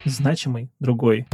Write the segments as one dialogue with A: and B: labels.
A: значимый другой.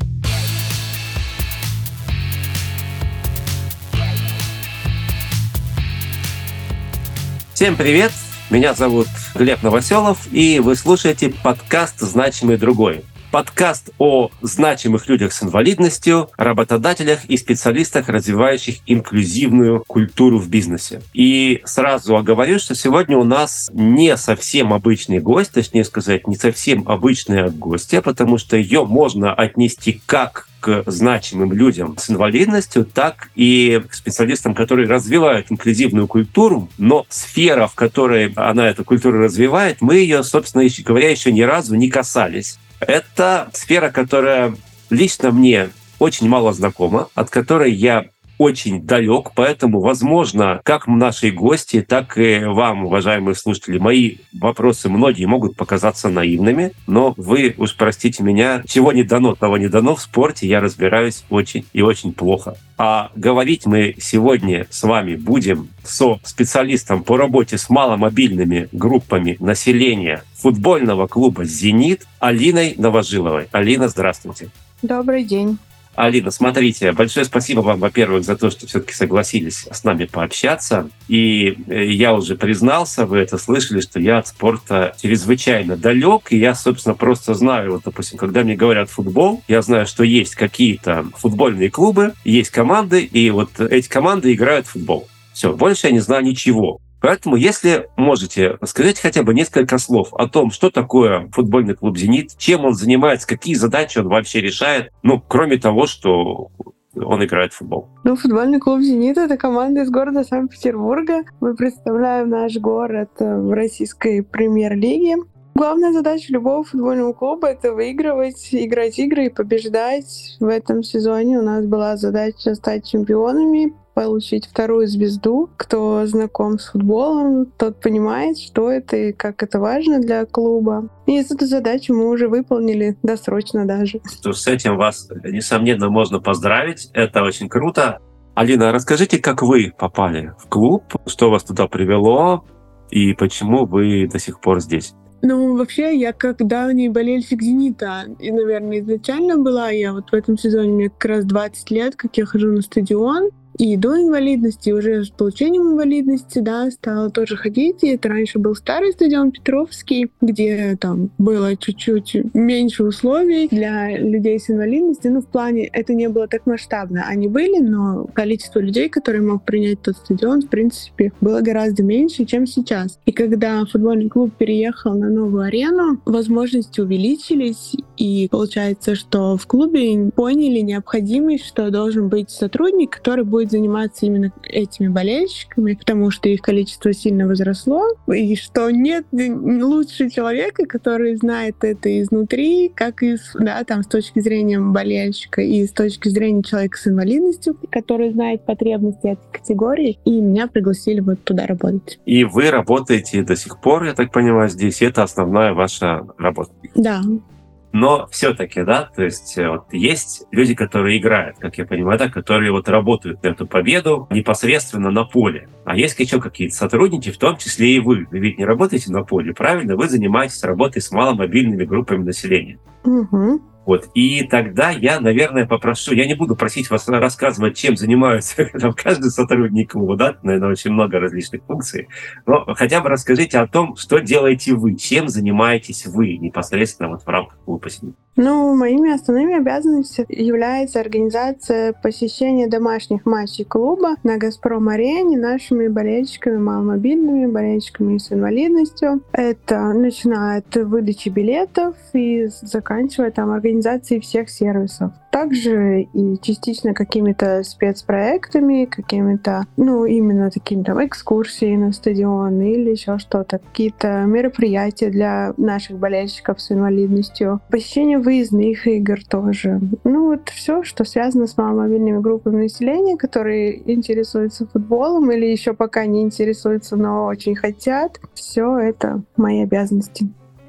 B: Всем привет! Меня зовут Глеб Новоселов, и вы слушаете подкаст «Значимый другой». Подкаст о значимых людях с инвалидностью, работодателях и специалистах, развивающих инклюзивную культуру в бизнесе. И сразу оговорю, что сегодня у нас не совсем обычный гость, точнее сказать, не совсем обычная гостья, потому что ее можно отнести как к значимым людям с инвалидностью, так и к специалистам, которые развивают инклюзивную культуру, но сфера, в которой она эту культуру развивает, мы ее, собственно говоря, еще ни разу не касались. Это сфера, которая лично мне очень мало знакома, от которой я очень далек, поэтому, возможно, как наши гости, так и вам, уважаемые слушатели, мои вопросы многие могут показаться наивными, но вы уж простите меня, чего не дано, того не дано, в спорте я разбираюсь очень и очень плохо. А говорить мы сегодня с вами будем со специалистом по работе с маломобильными группами населения футбольного клуба «Зенит» Алиной Новожиловой. Алина, здравствуйте.
C: Добрый день.
B: Алина, смотрите, большое спасибо вам, во-первых, за то, что все-таки согласились с нами пообщаться. И я уже признался, вы это слышали, что я от спорта чрезвычайно далек. И я, собственно, просто знаю, вот, допустим, когда мне говорят футбол, я знаю, что есть какие-то футбольные клубы, есть команды, и вот эти команды играют в футбол. Все, больше я не знаю ничего. Поэтому, если можете, скажите хотя бы несколько слов о том, что такое футбольный клуб «Зенит», чем он занимается, какие задачи он вообще решает, кроме того, что он играет в футбол.
C: Футбольный клуб «Зенит» — это команда из города Санкт-Петербурга. Мы представляем наш город в российской премьер-лиге. Главная задача любого футбольного клуба — это выигрывать, играть игры и побеждать. В этом сезоне у нас была задача стать чемпионами, получить вторую звезду. Кто знаком с футболом, тот понимает, что это и как это важно для клуба. И эту задачу мы уже выполнили досрочно даже.
B: С этим вас, несомненно, можно поздравить. Это очень круто. Алина, расскажите, как вы попали в клуб, что вас туда привело и почему вы до сих пор здесь?
C: Вообще, я как давний болельщик «Зенита», и, наверное, изначально была. Я вот в этом сезоне, мне как раз 20 лет, как я хожу на стадион. И до инвалидности, уже с получением инвалидности, стала тоже ходить. И это раньше был старый стадион Петровский, где там было чуть-чуть меньше условий для людей с инвалидностью. В плане, это не было так масштабно. Они были, но количество людей, которые мог принять тот стадион, в принципе, было гораздо меньше, чем сейчас. И когда футбольный клуб переехал на новую арену, возможности увеличились. И получается, что в клубе поняли необходимость, что должен быть сотрудник, который будет заниматься именно этими болельщиками, потому что их количество сильно возросло, и что нет лучше человека, который знает это изнутри, как и с точки зрения болельщика и с точки зрения человека с инвалидностью, который знает потребности этой категории, и меня пригласили вот туда работать.
B: И вы работаете до сих пор, я так понимаю, здесь, это основная ваша работа?
C: Да.
B: Но все-таки, то есть есть люди, которые играют, как я понимаю, которые работают на эту победу непосредственно на поле. А есть еще какие-то сотрудники, в том числе и вы. Вы ведь не работаете на поле, правильно? Вы занимаетесь работой с маломобильными группами населения.
C: Угу.
B: И тогда я, наверное, попрошу, я не буду просить вас рассказывать, чем занимаются каждый сотрудник клуба, наверное, очень много различных функций, но хотя бы расскажите о том, что делаете вы, чем занимаетесь вы непосредственно в рамках клуба «Зенит».
C: Моими основными обязанностями является организация посещения домашних матчей клуба на «Газпром-арене» нашими болельщиками маломобильными, болельщиками с инвалидностью. Это начиная от выдачи билетов и заканчивая организацией всех сервисов. Также и частично какими-то спецпроектами, какими-то, именно такими экскурсии на стадион или еще что-то. Какие-то мероприятия для наших болельщиков с инвалидностью. Посещение выездных игр тоже. Все, что связано с маломобильными группами населения, которые интересуются футболом или еще пока не интересуются, но очень хотят. Все это мои обязанности.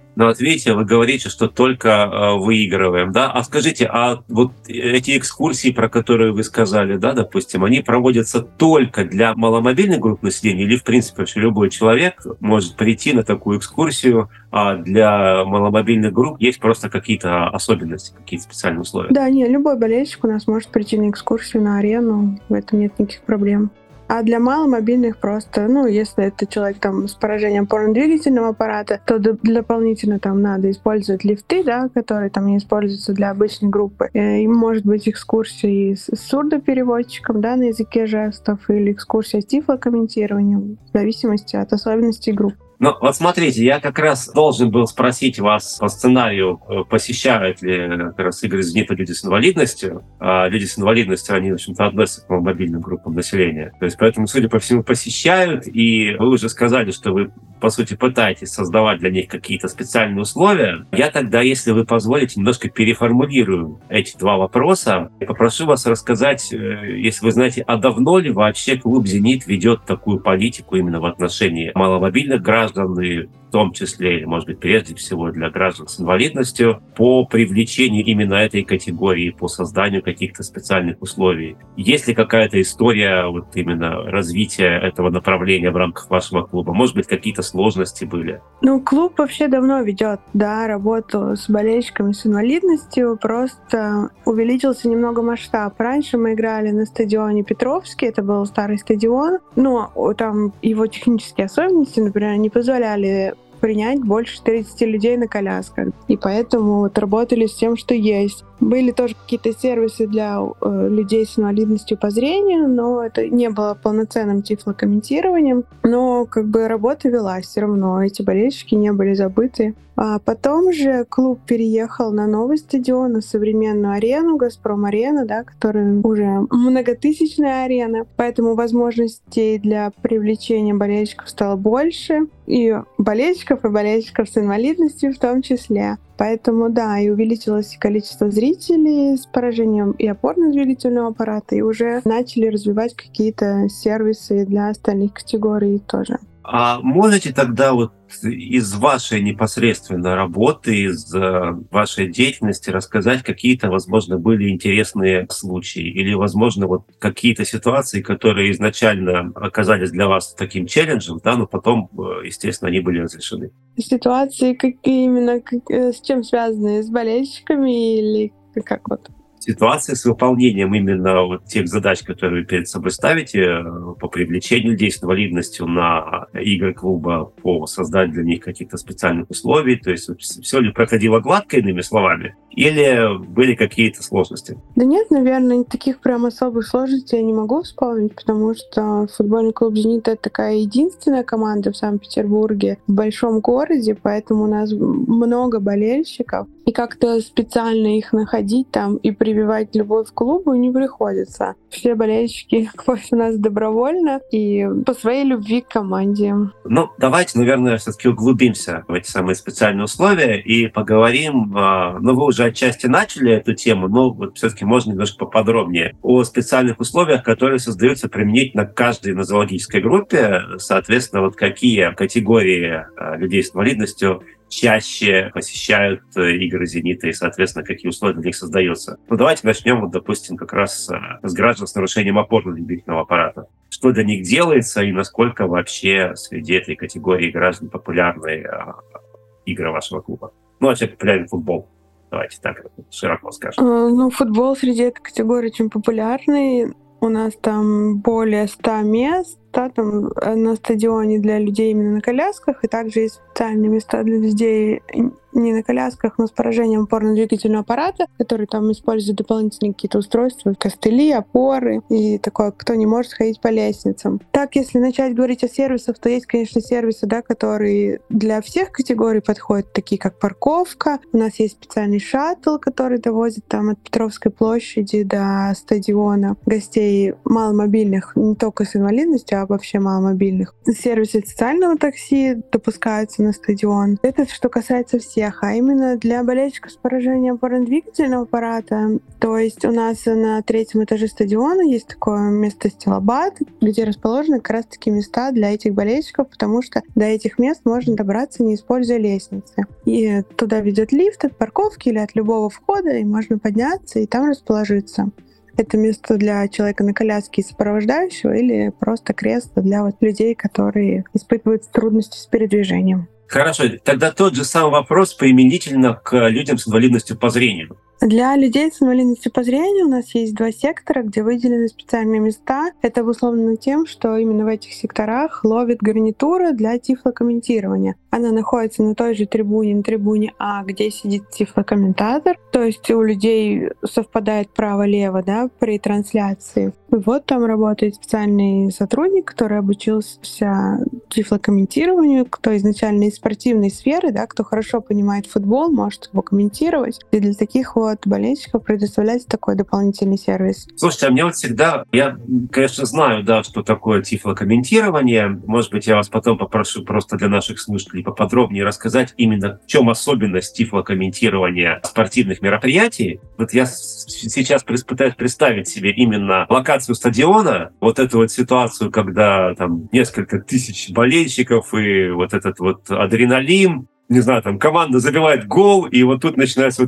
B: Но вот видите, вы говорите, что только выигрываем, да? А скажите, а вот эти экскурсии, про которые вы сказали, да, допустим, они проводятся только для маломобильных групп населения или, в принципе, вообще любой человек может прийти на такую экскурсию, а для маломобильных групп есть просто какие-то особенности, какие-то специальные условия?
C: Да, не, любой болельщик у нас может прийти на экскурсию на арену, в этом нет никаких проблем. А для маломобильных просто, если это человек там с поражением опорно-двигательного аппарата, то дополнительно там надо использовать лифты, да, которые там не используются для обычной группы. И может быть экскурсии с сурдопереводчиком, да, на языке жестов, или экскурсия с тифлокомментированием, в зависимости от особенностей группы.
B: Ну, вот смотрите, я как раз должен был спросить вас по сценарию, посещают ли как раз игры «Зенита» люди с инвалидностью. А люди с инвалидностью, они, в общем-то, относятся к мобильным группам населения. То есть, поэтому, судя по всему, посещают. И вы уже сказали, что вы, по сути, пытаетесь создавать для них какие-то специальные условия. Я тогда, если вы позволите, немножко переформулирую эти два вопроса и попрошу вас рассказать, если вы знаете, а давно ли вообще клуб «Зенит» ведет такую политику именно в отношении маломобильных граждан, и в том числе, или, может быть, прежде всего для граждан с инвалидностью, по привлечению именно этой категории, по созданию каких-то специальных условий. Есть ли какая-то история вот именно развития этого направления в рамках вашего клуба? Может быть, какие-то сложности были?
C: Клуб вообще давно ведет, да, работу с болельщиками с инвалидностью, просто увеличился немного масштаб. Раньше мы играли на стадионе Петровский, это был старый стадион, но там его технические особенности, например, не позволяли принять больше 30 людей на колясках. И поэтому работали с тем, что есть. Были тоже какие-то сервисы для людей с инвалидностью по зрению, но это не было полноценным тифлокомментированием. Но работа велась все равно, эти болельщики не были забыты. А потом же клуб переехал на новый стадион, на современную арену, «Газпром-арена», да, которая уже многотысячная арена. Поэтому возможностей для привлечения болельщиков стало больше. И болельщиков с инвалидностью в том числе. Поэтому, да, и увеличилось количество зрителей с поражением и опорно-двигательного аппарата, и уже начали развивать какие-то сервисы для остальных категорий тоже.
B: А можете тогда вот из вашей непосредственной работы, из вашей деятельности рассказать какие-то, возможно, были интересные случаи или, возможно, вот какие-то ситуации, которые изначально оказались для вас таким челленджем, да, но потом, естественно, они были разрешены?
C: Ситуации какие именно, с чем связаны? С болельщиками или как вот?
B: Ситуации с выполнением именно вот тех задач, которые вы перед собой ставите по привлечению людей с инвалидностью на игры клуба, по созданию для них каких-то специальных условий. То есть все ли проходило гладко, иными словами, или были какие-то сложности?
C: Да нет, наверное, таких прям особых сложностей я не могу вспомнить, потому что футбольный клуб «Зенит» — это такая единственная команда в Санкт-Петербурге, в большом городе, поэтому у нас много болельщиков. И как-то специально их находить там и прививать любовь к клубу не приходится. Все болельщики ходят у нас добровольно и по своей любви к команде.
B: Давайте, наверное, все-таки углубимся в эти самые специальные условия и поговорим. Вы уже отчасти начали эту тему, но вот все-таки можно немножко поподробнее о специальных условиях, которые создаются применительно к каждой нозологической группе. Соответственно, вот какие категории людей с инвалидностью чаще посещают игры «Зенита» и, соответственно, какие условия для них создаются. Давайте начнем, допустим, как раз с граждан с нарушением опорно-двигательного аппарата. Что для них делается и насколько вообще среди этой категории граждан популярны игры вашего клуба? Вообще популярен футбол. Давайте так широко скажем.
C: Футбол среди этой категории очень популярный. У нас там более 100 мест, да, там на стадионе для людей именно на колясках, и также есть специальные места для людей не на колясках, но с поражением опорно-двигательного аппарата, которые там используют дополнительные какие-то устройства, костыли, опоры и такое, кто не может ходить по лестницам. Так, если начать говорить о сервисах, то есть, конечно, сервисы, да, которые для всех категорий подходят, такие как парковка. У нас есть специальный шаттл, который довозит там от Петровской площади до стадиона гостей маломобильных не только с инвалидностью, когда вообще мало мобильных. Сервисы социального такси допускаются на стадион. Это что касается всех, а именно для болельщиков с поражением опорно-двигательного аппарата. То есть у нас на 3-м этаже стадиона есть такое место стилобат, где расположены как раз-таки места для этих болельщиков, потому что до этих мест можно добраться, не используя лестницы. И туда ведет лифт от парковки или от любого входа, и можно подняться и там расположиться. Это место для человека на коляске и сопровождающего или просто кресло для людей, которые испытывают трудности с передвижением.
B: Хорошо, тогда тот же самый вопрос применительно к людям с инвалидностью по зрению.
C: Для людей с инвалидностью по зрению у нас есть 2 сектора, где выделены специальные места. Это обусловлено тем, что именно в этих секторах ловит гарнитура для тифлокомментирования. Она находится на той же трибуне, на трибуне А, где сидит тифлокомментатор. То есть у людей совпадает право-лево, да, при трансляции. И вот там работает специальный сотрудник, который обучился тифлокомментированию, кто изначально из спортивной сферы, да, кто хорошо понимает футбол, может его комментировать. И для таких болельщиков предоставляется такой дополнительный сервис.
B: Слушайте, а мне вот всегда, я, конечно, знаю, да, что такое тифлокомментирование. Может быть, я вас потом попрошу просто для наших слушателей поподробнее рассказать именно в чем особенность тифлокомментирования спортивных мероприятий. Вот я сейчас пытаюсь представить себе именно локацию стадиона, вот эту вот ситуацию, когда там несколько тысяч болельщиков и вот этот вот адреналин, не знаю, там команда забивает гол, и вот тут начинается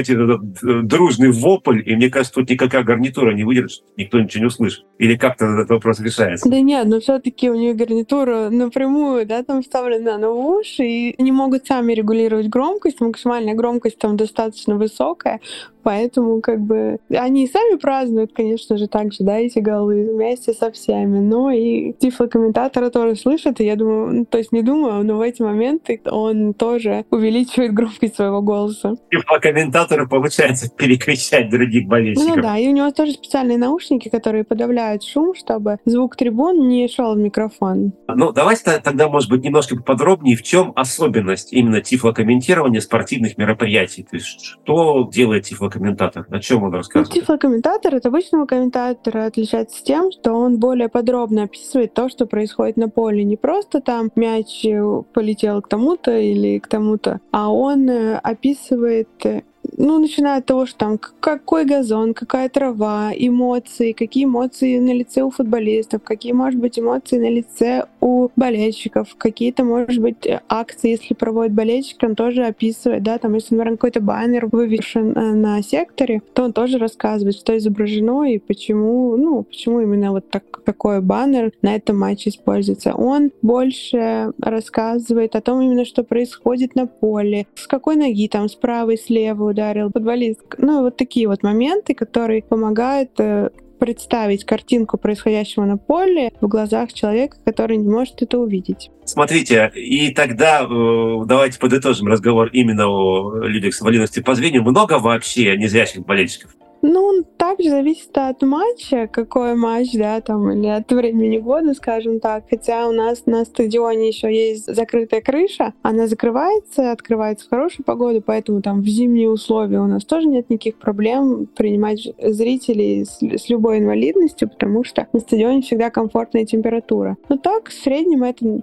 B: этот дружный вопль, и мне кажется, тут никакая гарнитура не выдержит, никто ничего не услышит. Или как-то этот вопрос решается?
C: Да нет, но все-таки у них гарнитура напрямую, да, там вставлена на уши, и они могут сами регулировать громкость, максимальная громкость там достаточно высокая, поэтому как бы они и сами празднуют, конечно же, так же, да, эти голы вместе со всеми, но и тифлокомментаторы тоже слышат, и я думаю, то есть не думаю, но в эти моменты он тоже увеличивает громкость своего голоса.
B: Тифлокомментатору получается перекричать других болельщиков.
C: Ну да, и у него тоже специальные наушники, которые подавляют шум, чтобы звук трибун не шел в микрофон.
B: Ну, давайте тогда, может быть, немножко поподробнее, в чем особенность именно тифлокомментирования спортивных мероприятий? То есть что делает тифлокомментатор? О чем он рассказывает?
C: Тифлокомментатор от обычного комментатора отличается тем, что он более подробно описывает то, что происходит на поле. Не просто там мяч полетел к тому-то или к тому-то, а он описывает, начиная от того, что там какой газон, какая трава, эмоции, какие эмоции на лице у футболистов, какие, может быть, эмоции на лице у болельщиков, какие-то, может быть, акции, если проводит болельщик, он тоже описывает, да, там, если, например, какой-то баннер вывешен на секторе, то он тоже рассказывает, что изображено и почему именно вот такой баннер на этом матче используется. Он больше рассказывает о том именно, что происходит на поле, с какой ноги, там, с правой, с левой ударил футболист. Вот такие вот моменты, которые помогают представить картинку происходящего на поле в глазах человека, который не может это увидеть.
B: Смотрите, и тогда давайте подытожим разговор именно о людях с инвалидностью по зрению. Много вообще незрячих болельщиков?
C: Также зависит от матча, какой матч, да, там, или от времени года, скажем так. Хотя у нас на стадионе еще есть закрытая крыша, она закрывается, открывается в хорошую погоду, поэтому там в зимние условия у нас тоже нет никаких проблем принимать зрителей с любой инвалидностью, потому что на стадионе всегда комфортная температура. Но так, в среднем это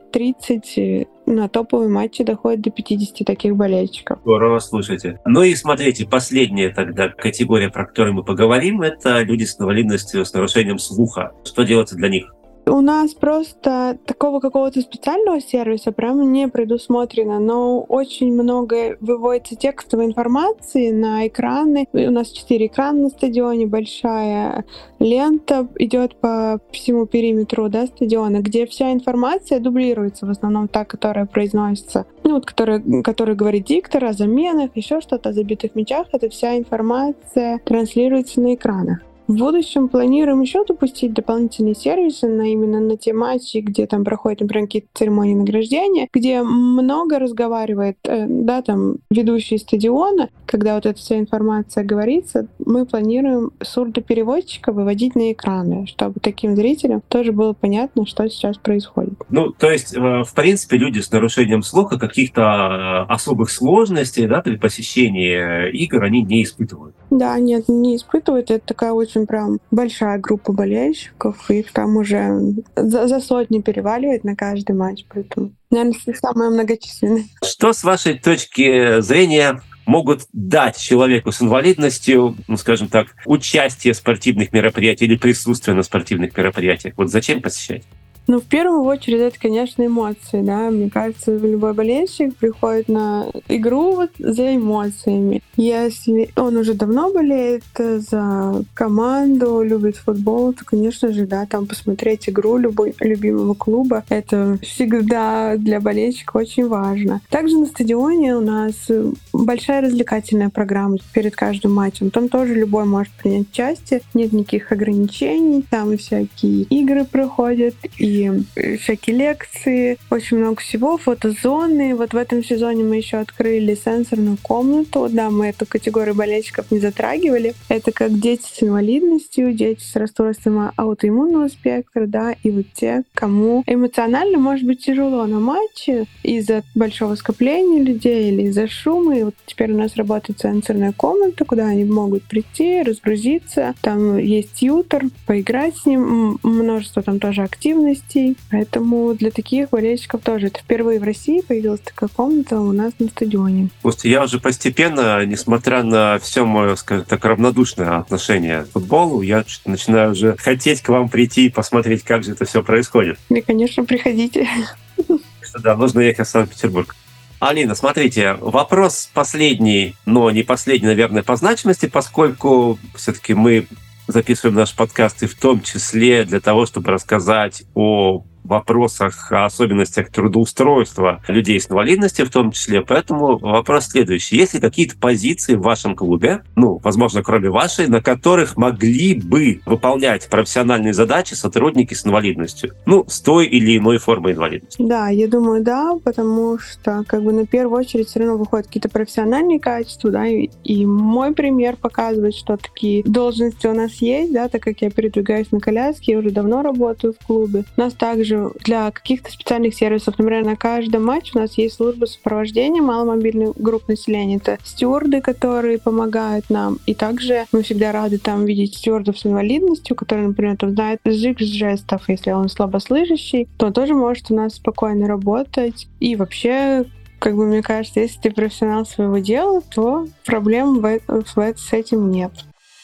C: 30, на топовые матчи доходит до 50 таких болельщиков.
B: Здорово, слушайте. Ну и смотрите, последняя тогда категория, про которую мы поговорим, это люди с инвалидностью, с нарушением слуха. Что делается для них?
C: У нас просто такого какого-то специального сервиса прямо не предусмотрено, но очень много выводится текстовой информации на экраны. У нас 4 экрана на стадионе, большая лента идет по всему периметру, да, стадиона, где вся информация дублируется, в основном та, которая произносится, которая говорит диктор о заменах, еще что-то, о забитых мячах. Эта вся информация транслируется на экранах. В будущем планируем еще допустить дополнительные сервисы именно на те матчи, где там проходят, например, какие-то церемонии награждения, где много разговаривает, да, там, ведущий стадиона, когда вот эта вся информация говорится, мы планируем сурдопереводчика выводить на экраны, чтобы таким зрителям тоже было понятно, что сейчас происходит.
B: То есть, в принципе, люди с нарушением слуха каких-то особых сложностей, да, при посещении игр они не испытывают.
C: Да, нет, не испытывают. Это такая очень прям большая группа болельщиков. Их там уже за сотни переваливает на каждый матч. Поэтому, наверное, самая многочисленная.
B: Что, с вашей точки зрения, могут дать человеку с инвалидностью, скажем так, участие в спортивных мероприятиях или присутствие на спортивных мероприятиях? Вот зачем посещать?
C: В первую очередь, это, конечно, эмоции, да. Мне кажется, любой болельщик приходит на игру вот за эмоциями. Если он уже давно болеет за команду, любит футбол, то, конечно же, да, там посмотреть игру любимого клуба, это всегда для болельщика очень важно. Также на стадионе у нас большая развлекательная программа перед каждым матчем. Там тоже любой может принять участие, нет никаких ограничений, там и всякие игры проходят, и всякие лекции, очень много всего, фотозоны. Вот в этом сезоне мы еще открыли сенсорную комнату. Да, мы эту категорию болельщиков не затрагивали. Это как дети с инвалидностью, дети с расстройством аутоиммунного спектра, да, и вот те, кому эмоционально может быть тяжело на матче из-за большого скопления людей или из-за шума. И вот теперь у нас работает сенсорная комната, куда они могут прийти, разгрузиться. Там есть тьютер, поиграть с ним, множество там тоже активностей. Поэтому для таких болельщиков тоже это впервые в России появилась такая комната у нас на стадионе.
B: Слушайте, я уже постепенно, несмотря на все мое, скажем так, равнодушное отношение к футболу, я начинаю уже хотеть к вам прийти и посмотреть, как же это все происходит.
C: И, конечно, приходите.
B: Да, нужно ехать в Санкт-Петербург. Алина, смотрите, вопрос последний, но не последний, наверное, по значимости, поскольку все-таки мы записываем наш подкаст и в том числе для того, чтобы рассказать о вопросах, о особенностях трудоустройства людей с инвалидностью в том числе. Поэтому вопрос следующий. Есть ли какие-то позиции в вашем клубе, возможно, кроме вашей, на которых могли бы выполнять профессиональные задачи сотрудники с инвалидностью? С той или иной формой инвалидности.
C: Да, я думаю, да, потому что на первую очередь все равно выходят какие-то профессиональные качества, да, и мой пример показывает, что такие должности у нас есть, да, так как я передвигаюсь на коляске, я уже давно работаю в клубе. У нас также для каких-то специальных сервисов, например, на каждом матче у нас есть служба сопровождения маломобильных групп населения. Это стюарды, которые помогают нам. И также мы всегда рады там видеть стюардов с инвалидностью, которые, например, знают язык жестов. Если он слабослышащий, то он тоже может у нас спокойно работать. И вообще, мне кажется, если ты профессионал своего дела, то проблем с этим нет.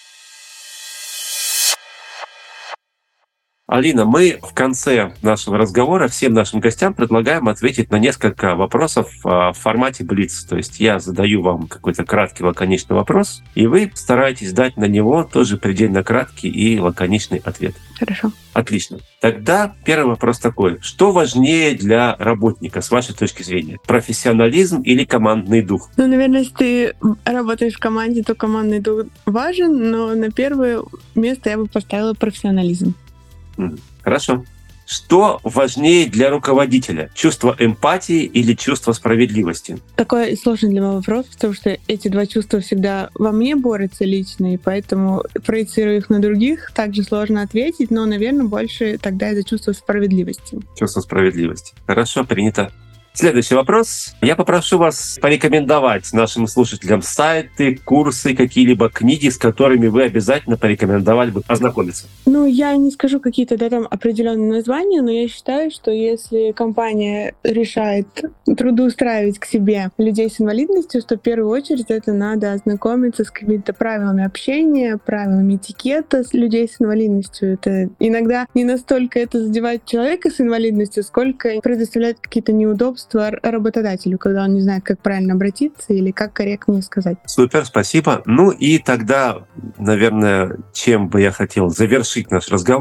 B: Алина, мы в конце нашего разговора всем нашим гостям предлагаем ответить на несколько вопросов в формате блиц. То есть я задаю вам какой-то краткий, лаконичный вопрос, и вы стараетесь дать на него тоже предельно краткий и лаконичный ответ.
C: Хорошо.
B: Отлично. Тогда первый вопрос такой. Что важнее для работника, с вашей точки зрения? Профессионализм или командный дух?
C: Наверное, если ты работаешь в команде, то командный дух важен, но на первое место я бы поставила профессионализм.
B: Хорошо. Что важнее для руководителя? Чувство эмпатии или чувство справедливости?
C: Такой сложный для меня вопрос, потому что эти два чувства всегда во мне борются лично, и поэтому, проецируя их на других, также сложно ответить, но, наверное, больше тогда из-за чувства справедливости.
B: Чувство справедливости. Хорошо, принято. Следующий вопрос. Я попрошу вас порекомендовать нашим слушателям сайты, курсы, какие-либо книги, с которыми вы обязательно порекомендовали бы ознакомиться.
C: Я не скажу какие-то там определенные названия, но я считаю, что если компания решает трудоустраивать к себе людей с инвалидностью, то в первую очередь это надо ознакомиться с какими-то правилами общения, правилами этикета с людей с инвалидностью. Это иногда не настолько это задевает человека с инвалидностью, сколько предоставляет какие-то неудобства работодателю, когда он не знает, как правильно обратиться или как корректнее сказать.
B: Супер, спасибо. И тогда, наверное, чем бы я хотел завершить наш разговор,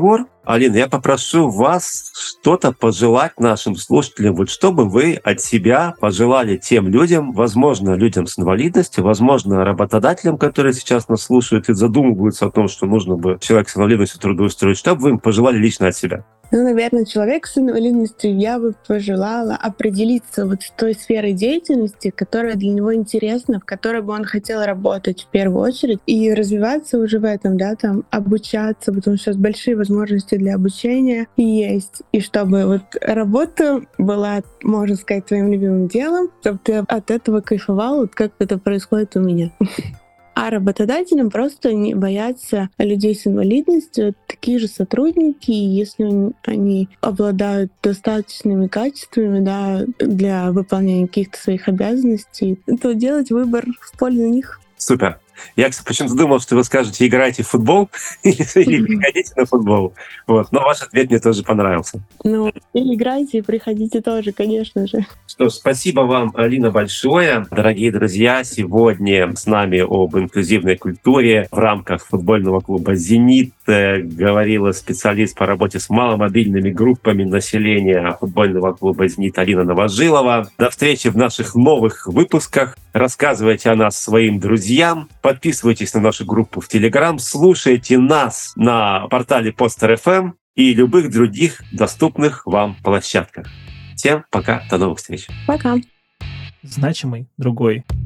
B: Алина, я попрошу вас что-то пожелать нашим слушателям. Вот что бы вы от себя пожелали тем людям, возможно, людям с инвалидностью, возможно, работодателям, которые сейчас нас слушают и задумываются о том, что нужно бы человека с инвалидностью трудоустроить. Что бы вы им пожелали лично от себя?
C: Ну, наверное, человеку с инвалидностью я бы пожелала определиться вот с той сферой деятельности, которая для него интересна, в которой бы он хотел работать в первую очередь, и развиваться уже в этом, да, там, обучаться, потому что сейчас большие возможности для обучения есть. И чтобы вот работа была, можно сказать, твоим любимым делом, чтобы ты от этого кайфовал, вот как это происходит у меня. А работодателям просто не бояться людей с инвалидностью. Такие же сотрудники, если они обладают достаточными качествами, да, для выполнения каких-то своих обязанностей, то делать выбор в пользу них.
B: Супер. Я, кстати, почему-то думал, что вы скажете, играйте в футбол или приходите на футбол. Вот. Но ваш ответ мне тоже понравился.
C: Ну, и играйте, и приходите тоже, конечно же.
B: Что ж, спасибо вам, Алина, большое. Дорогие друзья, сегодня с нами об инклюзивной культуре в рамках футбольного клуба «Зенит» говорила специалист по работе с маломобильными группами населения футбольного клуба «Зенит» Алина Новожилова. До встречи в наших новых выпусках. Рассказывайте о нас своим друзьям. Подписывайтесь на нашу группу в Telegram. Слушайте нас на портале Poster.fm и любых других доступных вам площадках. Всем пока, до новых встреч.
C: Пока.
A: Значимый другой.